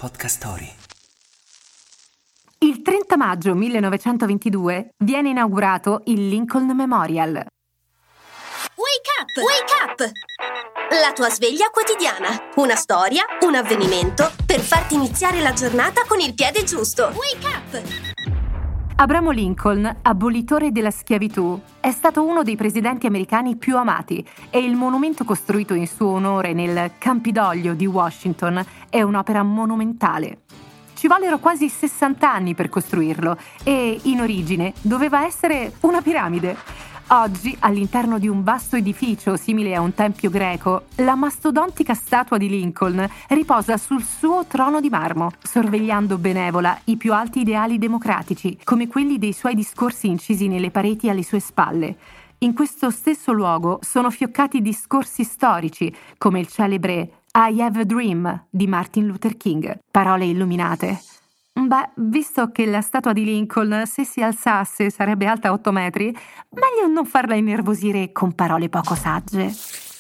Podcast Story. Il 30 maggio 1922 viene inaugurato il Lincoln Memorial. Wake up! Wake up! La tua sveglia quotidiana. Una storia, un avvenimento per farti iniziare la giornata con il piede giusto. Wake up! Abramo Lincoln, abolitore della schiavitù, è stato uno dei presidenti americani più amati e il monumento costruito in suo onore nel Campidoglio di Washington è un'opera monumentale. Ci vollero quasi 60 anni per costruirlo e, in origine, doveva essere una piramide. Oggi, all'interno di un vasto edificio simile a un tempio greco, la mastodontica statua di Lincoln riposa sul suo trono di marmo, sorvegliando benevola i più alti ideali democratici, come quelli dei suoi discorsi incisi nelle pareti alle sue spalle. In questo stesso luogo sono fioccati discorsi storici, come il celebre I Have a Dream di Martin Luther King, parole illuminate. Beh, visto che la statua di Lincoln, se si alzasse, sarebbe alta 8 metri, meglio non farla innervosire con parole poco sagge.